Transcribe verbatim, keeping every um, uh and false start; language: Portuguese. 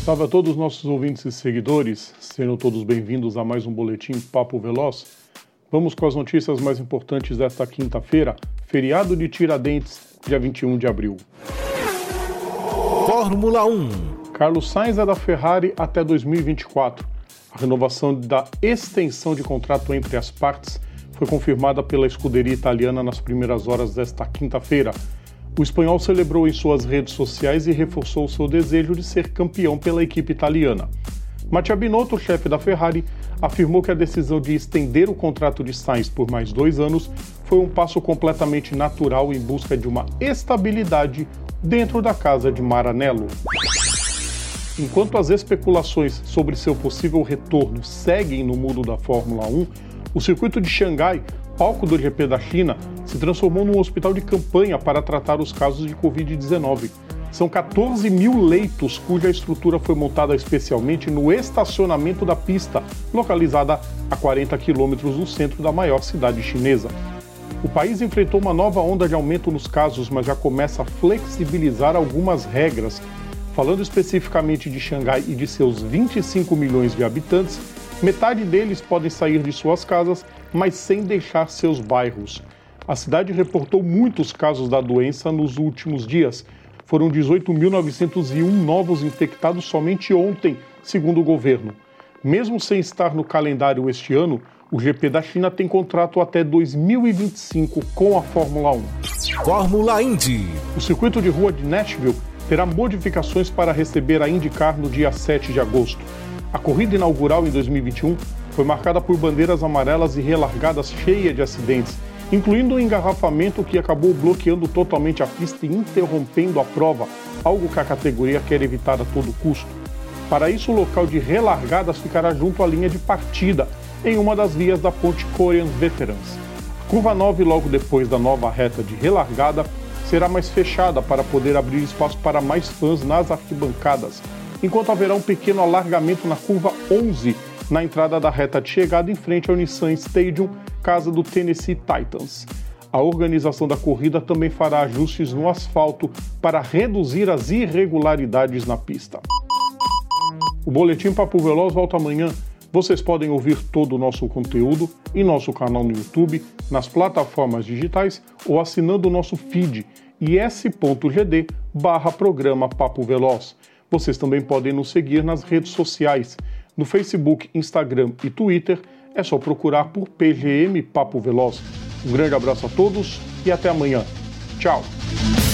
Salve a todos os nossos ouvintes e seguidores, sejam todos bem-vindos a mais um Boletim Papo Veloz. Vamos com as notícias mais importantes desta quinta-feira, feriado de Tiradentes, dia vinte e um de abril. Fórmula um. Carlos Sainz é da Ferrari até dois mil e vinte e quatro. A renovação da extensão de contrato entre as partes foi confirmada pela escuderia italiana nas primeiras horas desta quinta-feira. O espanhol celebrou em suas redes sociais e reforçou seu desejo de ser campeão pela equipe italiana. Mattia Binotto, chefe da Ferrari, afirmou que a decisão de estender o contrato de Sainz por mais dois anos foi um passo completamente natural em busca de uma estabilidade dentro da casa de Maranello. Enquanto as especulações sobre seu possível retorno seguem no mundo da Fórmula um, o circuito de Xangai, palco do G P da China, se transformou num hospital de campanha para tratar os casos de covid dezenove. São quatorze mil leitos cuja estrutura foi montada especialmente no estacionamento da pista, localizada a quarenta quilômetros do centro da maior cidade chinesa. O país enfrentou uma nova onda de aumento nos casos, mas já começa a flexibilizar algumas regras. Falando especificamente de Xangai e de seus vinte e cinco milhões de habitantes, metade deles podem sair de suas casas, mas sem deixar seus bairros. A cidade reportou muitos casos da doença nos últimos dias. Foram dezoito mil novecentos e um novos infectados somente ontem, segundo o governo. Mesmo sem estar no calendário este ano, o G P da China tem contrato até dois mil e vinte e cinco com a Fórmula um. Fórmula Indy. O circuito de rua de Nashville terá modificações para receber a IndyCar no dia sete de agosto. A corrida inaugural em dois mil e vinte e um foi marcada por bandeiras amarelas e relargadas cheias de acidentes, incluindo um engarrafamento que acabou bloqueando totalmente a pista e interrompendo a prova, algo que a categoria quer evitar a todo custo. Para isso, o local de relargadas ficará junto à linha de partida, em uma das vias da ponte Korean Veterans. A curva nove, logo depois da nova reta de relargada, será mais fechada para poder abrir espaço para mais fãs nas arquibancadas, enquanto haverá um pequeno alargamento na curva onze, na entrada da reta de chegada em frente ao Nissan Stadium, casa do Tennessee Titans. A organização da corrida também fará ajustes no asfalto para reduzir as irregularidades na pista. O Boletim Papo Veloz volta amanhã. Vocês podem ouvir todo o nosso conteúdo em nosso canal no YouTube, nas plataformas digitais ou assinando o nosso feed is.gd barra programa Papo Veloz. Vocês também podem nos seguir nas redes sociais. No Facebook, Instagram e Twitter é só procurar por P G M Papo Veloz. Um grande abraço a todos e até amanhã. Tchau!